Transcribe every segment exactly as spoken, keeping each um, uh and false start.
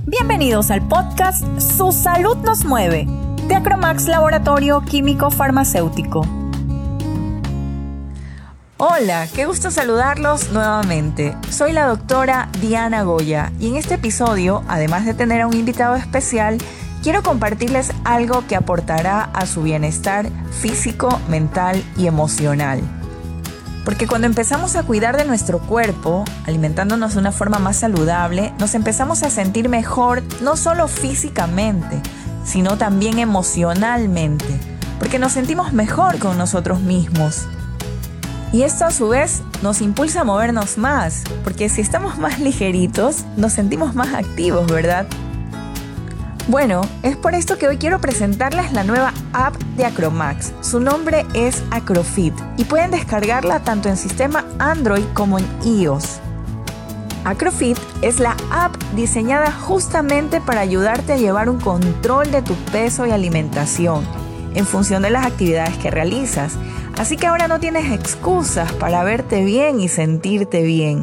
Bienvenidos al podcast Su Salud Nos Mueve, de Acromax Laboratorio Químico Farmacéutico. Hola, qué gusto saludarlos nuevamente. Soy la doctora Diana Goya y en este episodio, además de tener a un invitado especial, quiero compartirles algo que aportará a su bienestar físico, mental y emocional. Porque cuando empezamos a cuidar de nuestro cuerpo, alimentándonos de una forma más saludable, nos empezamos a sentir mejor no solo físicamente, sino también emocionalmente, porque nos sentimos mejor con nosotros mismos. Y esto a su vez nos impulsa a movernos más, porque si estamos más ligeritos, nos sentimos más activos, ¿verdad? Bueno, es por esto que hoy quiero presentarles la nueva app de Acromax. Su nombre es AcroFit y pueden descargarla tanto en sistema Android como en iOS. AcroFit es la app diseñada justamente para ayudarte a llevar un control de tu peso y alimentación en función de las actividades que realizas. Así que ahora no tienes excusas para verte bien y sentirte bien.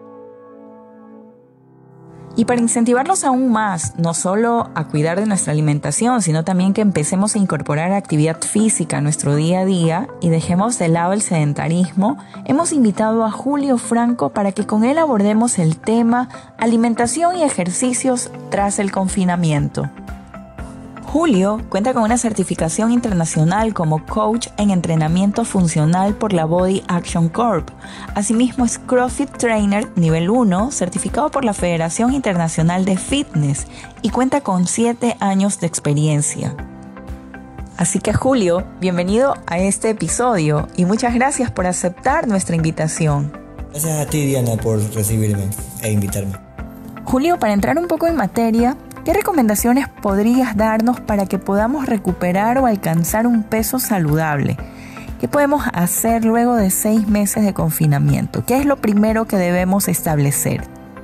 Y para incentivarlos aún más, no solo a cuidar de nuestra alimentación, sino también que empecemos a incorporar actividad física a nuestro día a día y dejemos de lado el sedentarismo, hemos invitado a Julio Franco para que con él abordemos el tema alimentación y ejercicios tras el confinamiento. Julio cuenta con una certificación internacional como coach en entrenamiento funcional por la Body Action Corp. Asimismo es CrossFit Trainer nivel uno, certificado por la Federación Internacional de Fitness y cuenta con siete años de experiencia. Así que Julio, bienvenido a este episodio y muchas gracias por aceptar nuestra invitación. Gracias a ti, Diana, por recibirme e invitarme. Julio, para entrar un poco en materia, ¿qué recomendaciones podrías darnos para que podamos recuperar o alcanzar un peso saludable? ¿Qué podemos hacer luego de seis meses de confinamiento? ¿Qué es lo primero que debemos establecer?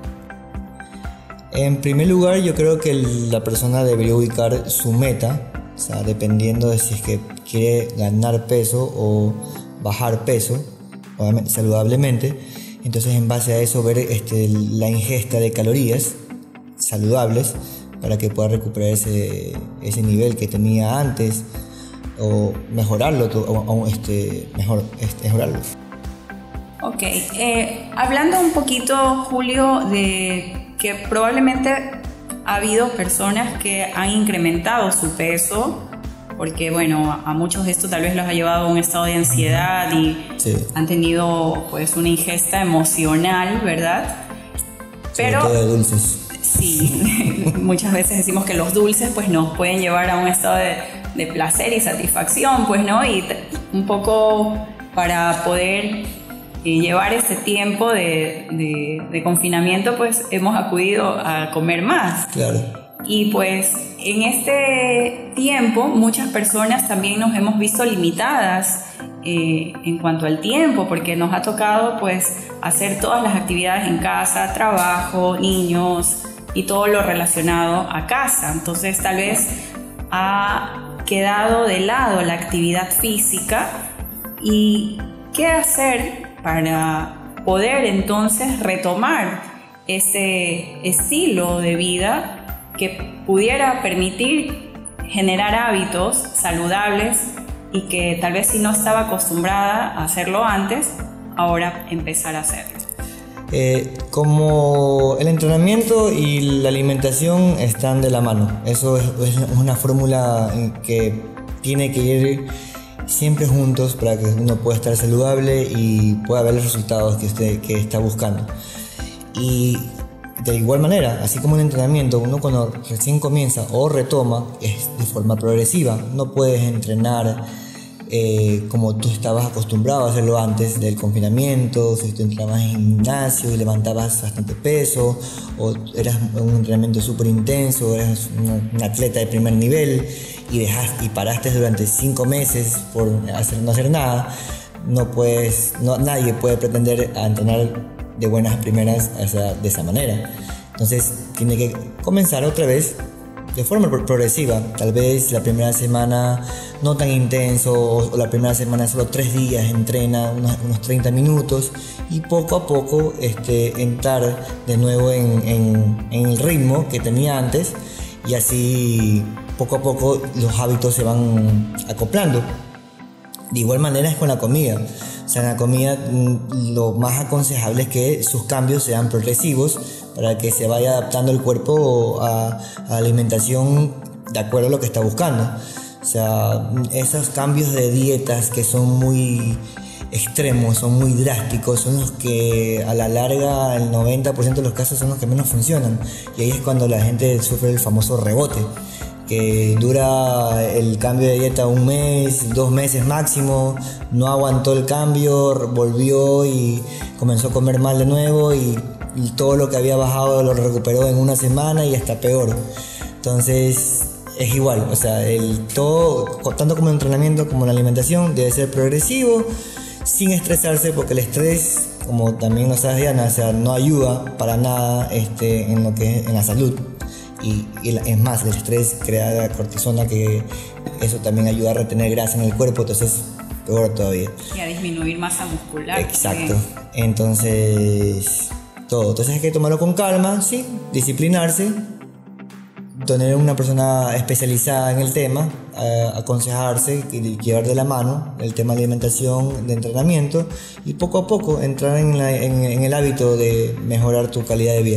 En primer lugar, yo creo que la persona debería ubicar su meta, o sea, dependiendo de si es que quiere ganar peso o bajar peso, obviamente, saludablemente. Entonces, en base a eso, ver este, la ingesta de calorías saludables para que pueda recuperar ese, ese nivel que tenía antes o mejorarlo, o, o este, mejor, este, mejorarlo. Ok, eh, hablando un poquito, Julio, de que probablemente ha habido personas que han incrementado su peso, porque bueno, a muchos esto tal vez los ha llevado a un estado de ansiedad y sí. Han tenido pues una ingesta emocional, ¿verdad? Pero sobre todo de dulces. Sí, muchas veces decimos que los dulces pues nos pueden llevar a un estado de, de placer y satisfacción, pues, ¿no? Y t- un poco para poder eh, llevar este tiempo de, de, de confinamiento, pues hemos acudido a comer más. Claro. Y pues en este tiempo muchas personas también nos hemos visto limitadas eh, en cuanto al tiempo, porque nos ha tocado pues hacer todas las actividades en casa, trabajo, niños y todo lo relacionado a casa. Entonces tal vez ha quedado de lado la actividad física. ¿Y qué hacer para poder entonces retomar ese estilo de vida que pudiera permitir generar hábitos saludables y que tal vez si no estaba acostumbrada a hacerlo antes, ahora empezar a hacerlo? Eh, como el entrenamiento y la alimentación están de la mano, eso es, es una fórmula que tiene que ir siempre juntos para que uno pueda estar saludable y pueda ver los resultados que, usted, que está buscando. Y de igual manera, así como el entrenamiento, uno cuando recién comienza o retoma es de forma progresiva. No puedes entrenar eh, como tú estabas acostumbrado a hacerlo antes del confinamiento. Si tú entrabas en gimnasio y levantabas bastante peso, o eras un entrenamiento súper intenso, o eras un, un atleta de primer nivel y dejaste y paraste durante cinco meses por hacer, no hacer nada, no puedes, no, nadie puede pretender a entrenar de buenas primeras, o sea, de esa manera. Entonces tiene que comenzar otra vez de forma pro- progresiva. Tal vez la primera semana no tan intenso, o, o la primera semana solo tres días entrena unos, unos treinta minutos, y poco a poco este, entrar de nuevo en, en, en el ritmo que tenía antes, y así poco a poco los hábitos se van acoplando. De igual manera es con la comida. O sea, en la comida lo más aconsejable es que sus cambios sean progresivos para que se vaya adaptando el cuerpo a, a la alimentación de acuerdo a lo que está buscando. O sea, esos cambios de dietas que son muy extremos, son muy drásticos, son los que a la larga, el noventa por ciento de los casos, son los que menos funcionan. Y ahí es cuando la gente sufre el famoso rebote, que dura el cambio de dieta un mes, dos meses máximo, no aguantó el cambio, volvió y comenzó a comer mal de nuevo, y, y todo lo que había bajado lo recuperó en una semana y hasta peor. Entonces es igual, o sea, el todo, tanto como el entrenamiento como la alimentación, debe ser progresivo, sin estresarse, porque el estrés, como también lo sabes, Diana, o sea, no ayuda para nada este, en lo que es en la salud. Y, y es más, el estrés crea cortisona, que eso también ayuda a retener grasa en el cuerpo, entonces peor todavía. Y a disminuir masa muscular. Exacto. Entonces, todo. Entonces hay que tomarlo con calma, sí, disciplinarse, tener una persona especializada en el tema, eh, aconsejarse y llevar de la mano el tema de alimentación, de entrenamiento, y poco a poco entrar en, la, en, en el hábito de mejorar tu calidad de vida.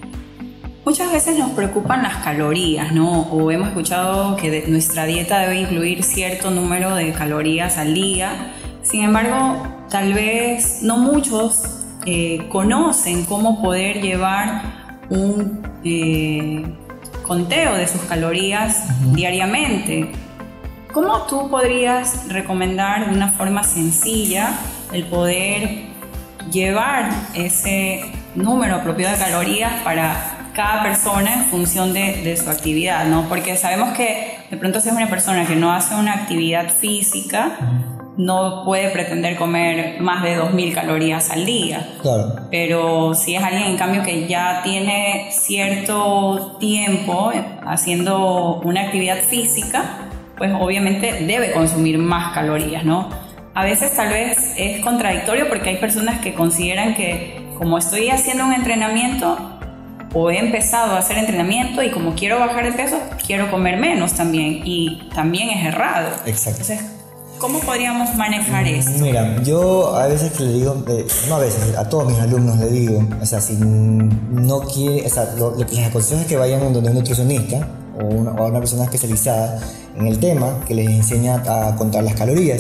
Muchas veces nos preocupan las calorías, ¿no? O hemos escuchado que de, nuestra dieta debe incluir cierto número de calorías al día. Sin embargo, tal vez no muchos eh, conocen cómo poder llevar un eh, conteo de sus calorías uh-huh. diariamente. ¿Cómo tú podrías recomendar de una forma sencilla el poder llevar ese número apropiado de calorías para cada persona en función de, de su actividad, ¿no? Porque sabemos que de pronto si es una persona que no hace una actividad física, no puede pretender comer más de dos mil calorías al día. Claro. Pero si es alguien, en cambio, que ya tiene cierto tiempo haciendo una actividad física, pues obviamente debe consumir más calorías, ¿no? A veces tal vez es contradictorio, porque hay personas que consideran que como estoy haciendo un entrenamiento, o he empezado a hacer entrenamiento y como quiero bajar de peso, quiero comer menos también, y también es errado. Exacto. Entonces, ¿cómo podríamos manejar esto? Mira, yo a veces que le digo, eh, no a veces, a todos mis alumnos le digo, o sea, si no quiere, o sea, lo, lo que les aconsejo es que vayan donde un nutricionista o una, o una persona especializada en el tema, que les enseña a contar las calorías.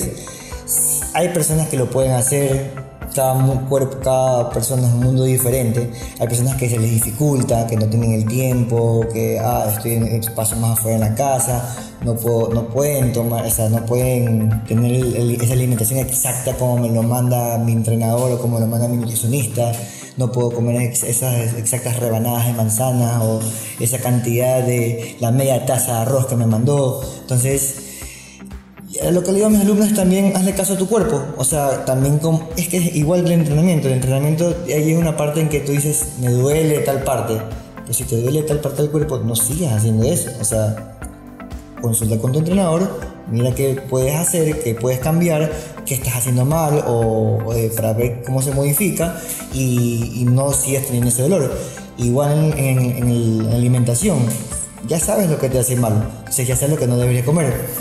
Hay personas que lo pueden hacer. Cada, cuerpo, cada persona es un mundo diferente. Hay personas que se les dificulta, que no tienen el tiempo, que ah, estoy en el espacio más afuera en la casa, no, puedo, no pueden tomar, o sea, no pueden tener el, el, esa alimentación exacta como me lo manda mi entrenador o como lo manda mi nutricionista. No puedo comer ex, esas exactas rebanadas de manzana o esa cantidad de la media taza de arroz que me mandó. Entonces, lo que le digo a mis alumnos es también hazle caso a tu cuerpo. O sea, también como, es que es igual que el entrenamiento. El entrenamiento, hay una parte en que tú dices, me duele tal parte. Pero si te duele tal parte del cuerpo, no sigas haciendo eso. O sea, consulta con tu entrenador, mira qué puedes hacer, qué puedes cambiar, qué estás haciendo mal, o, o eh, para ver cómo se modifica, y, y no sigas teniendo ese dolor. Igual en, en, en, el, en la alimentación, ya sabes lo que te hace mal, o sea, ya sabes lo que no deberías comer.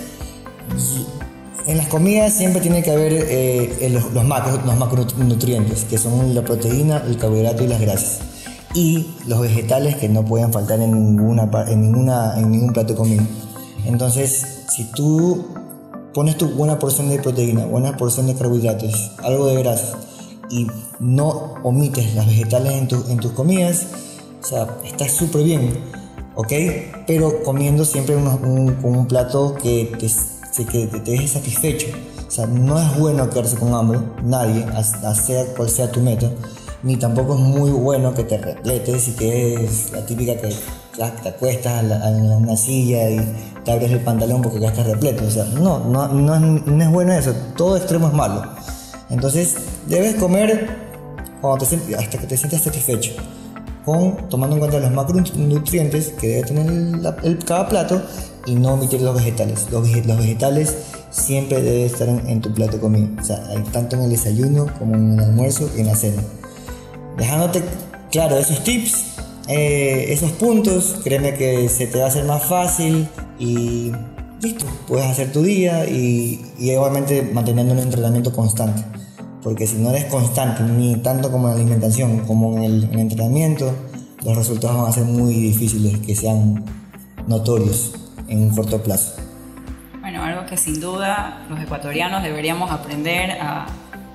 Y en las comidas siempre tiene que haber eh, los, los, macro, los macronutrientes, que son la proteína, el carbohidrato y las grasas, y los vegetales, que no pueden faltar en, ninguna, en, ninguna, en ningún plato de comida. Entonces, si tú pones tu buena porción de proteína, buena porción de carbohidratos, algo de grasas, y no omites las vegetales en, tu, en tus comidas, o sea, estás súper bien, ¿ok? Pero comiendo siempre un, un, un plato que te, que te deje satisfecho. O sea, no es bueno quedarse con hambre, nadie, sea cual sea tu meta, ni tampoco es muy bueno que te repletes y que es la típica que te acuestas en una silla y te abres el pantalón porque ya estás repleto. O sea, no, no, no, es, no es bueno eso, todo extremo es malo. Entonces, debes comer cuando te, hasta que te sientas satisfecho. con, tomando en cuenta los macronutrientes que debe tener el, el, cada plato y no omitir los vegetales. Los, los vegetales siempre deben estar en, en tu plato de comida, o sea, tanto en el desayuno como en el almuerzo y en la cena. Dejándote claro esos tips, eh, esos puntos, créeme que se te va a hacer más fácil y listo, puedes hacer tu día y, y igualmente manteniendo un entrenamiento constante. Porque si no eres constante, ni tanto como en la alimentación como en el, en el entrenamiento, los resultados van a ser muy difíciles que sean notorios en un corto plazo. Bueno, algo que sin duda los ecuatorianos deberíamos aprender a,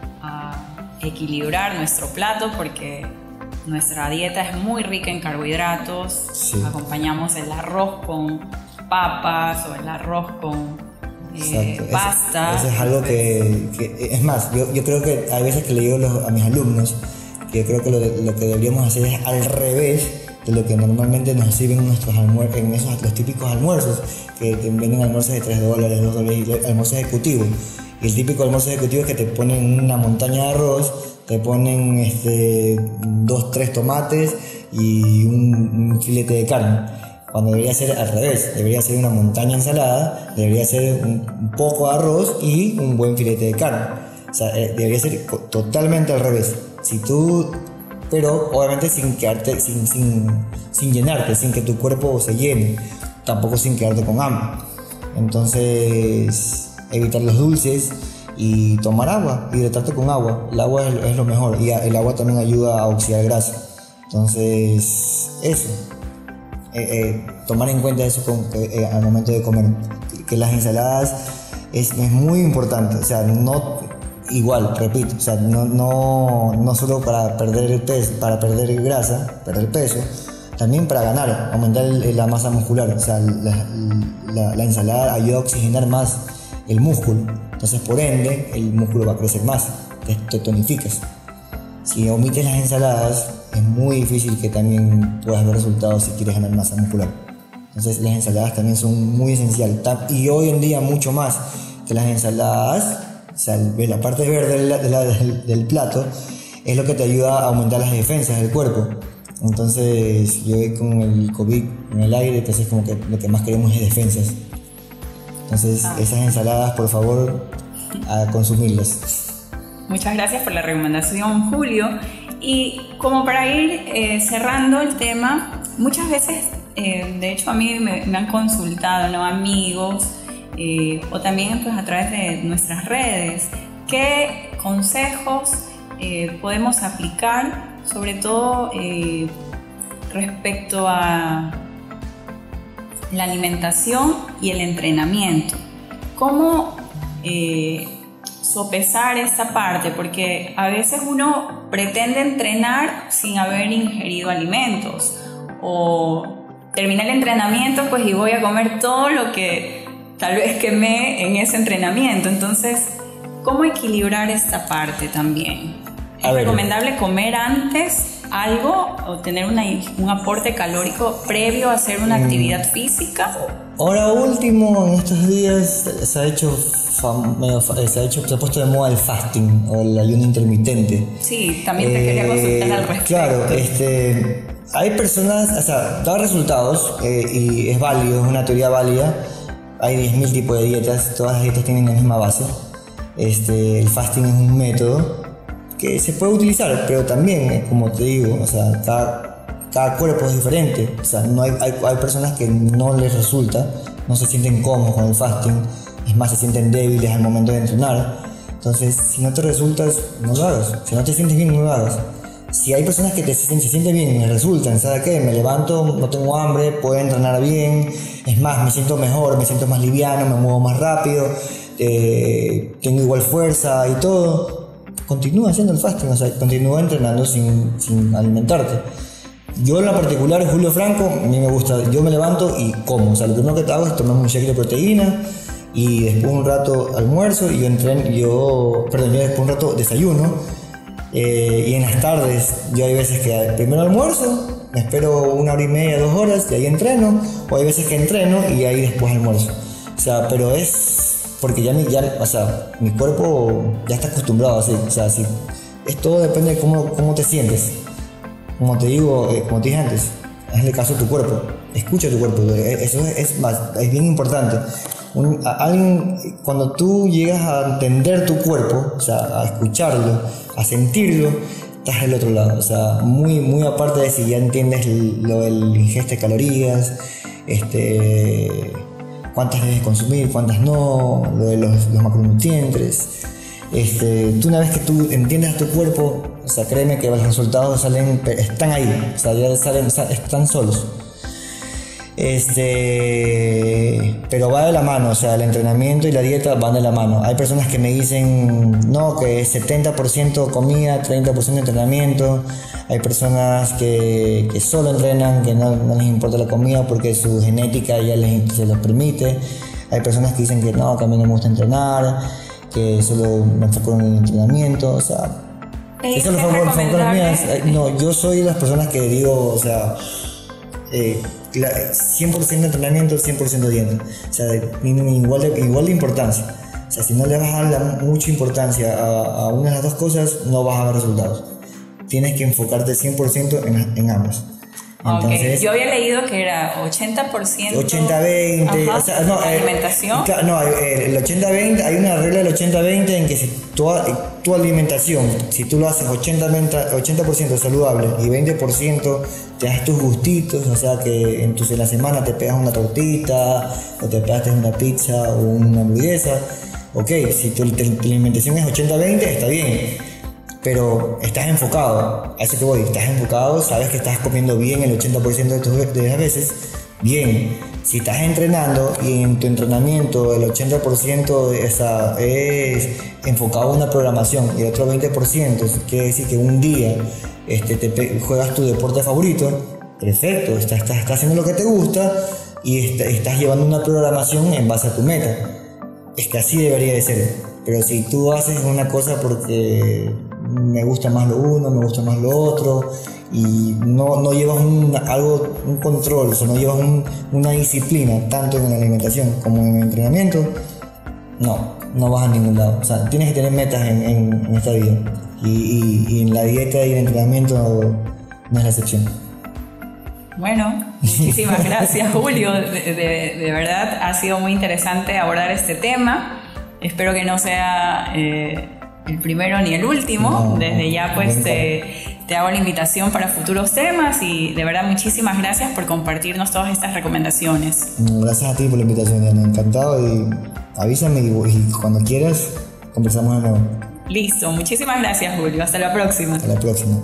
a equilibrar nuestro plato, porque nuestra dieta es muy rica en carbohidratos. Sí. Acompañamos el arroz con papas o el arroz con Eh, pasta. Eso, eso es algo que, que es más, yo, yo creo que hay veces que le digo los, a mis alumnos que yo creo que lo, lo que deberíamos hacer es al revés de lo que normalmente nos sirven nuestros almuerzos, en esos los típicos almuerzos que te venden almuerzos de tres dólares, dos dólares, almuerzo ejecutivo. Y el típico almuerzo ejecutivo es que te ponen una montaña de arroz, te ponen este, dos, tres tomates y un, un filete de carne. Cuando debería ser al revés, debería ser una montaña de ensalada, debería ser un poco de arroz y un buen filete de carne. O sea, eh, debería ser totalmente al revés. Si tú, pero obviamente sin quedarte, sin, sin, sin llenarte, sin que tu cuerpo se llene, tampoco sin quedarte con hambre. Entonces, evitar los dulces y tomar agua, hidratarte con agua. El agua es, es lo mejor y el agua también ayuda a oxidar grasa. Entonces, eso. Eh, eh, tomar en cuenta eso con, eh, al momento de comer, que las ensaladas es, es muy importante, o sea, no igual, repito, o sea, no, no, no solo para perder el peso, para perder grasa, perder peso, también para ganar, aumentar el, la masa muscular, o sea, la, la, la ensalada ayuda a oxigenar más el músculo, entonces por ende el músculo va a crecer más, te, te tonificas. Si omites las ensaladas, es muy difícil que también puedas ver resultados si quieres ganar masa muscular. Entonces las ensaladas también son muy esenciales. Y hoy en día mucho más que las ensaladas, o sea, la parte verde de la, de la, del, del plato es lo que te ayuda a aumentar las defensas del cuerpo. Entonces yo hoy con el COVID en el aire, entonces como que lo que más queremos es defensas. Entonces ah. esas ensaladas, por favor, a consumirlas. Muchas gracias por la recomendación, Julio. Y como para ir eh, cerrando el tema, muchas veces, eh, de hecho a mí me, me han consultado, ¿no? Amigos eh, o también pues, a través de nuestras redes, qué consejos eh, podemos aplicar, sobre todo eh, respecto a la alimentación y el entrenamiento. ¿Cómo eh, sopesar esta parte? Porque a veces uno pretende entrenar sin haber ingerido alimentos, o termina el entrenamiento pues y voy a comer todo lo que tal vez quemé en ese entrenamiento. Entonces, ¿cómo equilibrar esta parte también? ¿Es recomendable comer antes algo o tener una, un aporte calórico previo a hacer una actividad física? Ahora último, en estos días se ha hecho se ha hecho se ha puesto de moda el fasting o el ayuno intermitente. Sí, también te eh, quería consultar al respecto. Claro, este, hay personas, o sea, da resultados eh, y es válido, es una teoría válida. Hay diez mil tipos de dietas, todas las dietas tienen la misma base. Este, el fasting es un método que se puede utilizar, pero también, como te digo, o sea, cada, cada cuerpo es diferente. O sea, no hay, hay, hay personas que no les resulta, no se sienten cómodos con el fasting, es más, se sienten débiles al momento de entrenar. Entonces, si no te resulta, no lo hagas. Si no te sientes bien, no lo hagas. Si hay personas que te, se, se sienten bien y me resultan, ¿sabes qué? Me levanto, no tengo hambre, puedo entrenar bien, es más, me siento mejor, me siento más liviano, me muevo más rápido, eh, tengo igual fuerza y todo, continúa haciendo el fasting, o sea, continúa entrenando sin, sin alimentarte. Yo en lo particular, Julio Franco, a mí me gusta, yo me levanto y como, o sea, lo primero que te hago es tomarme un shake de proteína y después un rato almuerzo y yo entreno, yo, perdón, yo después un rato desayuno. Eh, y en las tardes yo hay veces que primero almuerzo, me espero una hora y media, dos horas y ahí entreno, o hay veces que entreno y ahí después almuerzo. O sea, pero es porque ya mi, ya, o sea, mi cuerpo ya está acostumbrado así. O sea, sí, es todo depende de cómo, cómo te sientes. como te digo, eh, como te dije antes, hazle caso a tu cuerpo, escucha tu cuerpo, eso es, es, más, es bien importante. Un, a, alguien, cuando tú llegas a entender tu cuerpo, o sea, a escucharlo, a sentirlo, estás del otro lado, o sea, muy, muy aparte de si ya entiendes lo del ingesta de calorías, este, cuántas debes consumir, cuántas no, lo de los, los macronutrientes. Este, tú una vez que tú entiendas tu cuerpo, o sea, créeme que los resultados salen, están ahí, o sea, ya salen, están solos. Este, pero va de la mano, o sea, el entrenamiento y la dieta van de la mano. Hay personas que me dicen, no, que es setenta por ciento comida, treinta por ciento entrenamiento. Hay personas que, que solo entrenan, que no, no les importa la comida porque su genética ya les, se los permite. Hay personas que dicen que no, que a mí no me gusta entrenar, que solo me enfoco en el entrenamiento, o sea, esas son las mías. No, yo soy de las personas que digo, o sea, eh, cien por ciento entrenamiento, cien por ciento dieta, o sea, igual de, igual de importancia. O sea, si no le vas a dar mucha importancia a, a una de las dos cosas, no vas a ver resultados. Tienes que enfocarte cien por ciento en, en ambas. Entonces, okay. Yo había leído que era ochenta por ciento ochenta veinte, o sea, no, alimentación. Eh, no, el ochenta veinte, hay una regla del ochenta veinte en que si tu, tu alimentación, si tú lo haces ochenta por ciento saludable y veinte por ciento te das tus gustitos, o sea que en, tu, en la semana te pegas una tortita o te pegaste una pizza o una hamburguesa, ok, si tu, tu alimentación es ochenta veinte está bien. Pero estás enfocado, a eso que voy, estás enfocado, sabes que estás comiendo bien el ochenta por ciento de, tus, de las veces, bien. Si estás entrenando y en tu entrenamiento el ochenta por ciento esa, es enfocado en una programación y el otro veinte por ciento quiere decir que un día este, te juegas tu deporte favorito, perfecto, estás, estás, estás haciendo lo que te gusta y está, estás llevando una programación en base a tu meta. Es que así debería de ser. Pero si tú haces una cosa porque me gusta más lo uno, me gusta más lo otro y no, no llevas un, algo, un control, o sea, no llevas un, una disciplina tanto en la alimentación como en el entrenamiento, no, no vas a ningún lado. O sea, tienes que tener metas en, en, en esta vida y, y, y en la dieta y el entrenamiento no es la excepción. Bueno, muchísimas gracias, Julio, de, de, de verdad ha sido muy interesante abordar este tema. Espero que no sea eh, el primero ni el último. No, Desde ya pues te, te hago la invitación para futuros temas y de verdad muchísimas gracias por compartirnos todas estas recomendaciones. Gracias a ti por la invitación, Diana, encantado y avísame y, y cuando quieras conversamos de nuevo. Listo, muchísimas gracias, Julio, hasta la próxima. Hasta la próxima.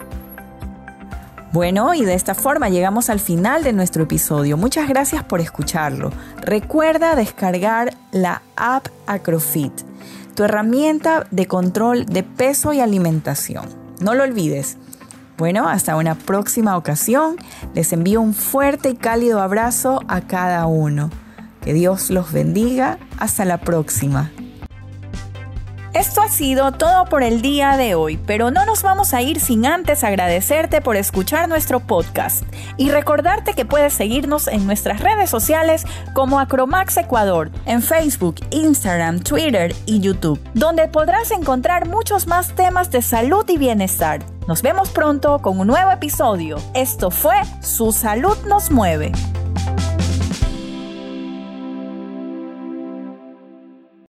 Bueno, y de esta forma llegamos al final de nuestro episodio. Muchas gracias por escucharlo. Recuerda descargar la app Acrofit, tu herramienta de control de peso y alimentación. No lo olvides. Bueno, hasta una próxima ocasión. Les envío un fuerte y cálido abrazo a cada uno. Que Dios los bendiga. Hasta la próxima. Esto ha sido todo por el día de hoy, pero no nos vamos a ir sin antes agradecerte por escuchar nuestro podcast y recordarte que puedes seguirnos en nuestras redes sociales como Acromax Ecuador, en Facebook, Instagram, Twitter y YouTube, donde podrás encontrar muchos más temas de salud y bienestar. Nos vemos pronto con un nuevo episodio. Esto fue Su Salud Nos Mueve.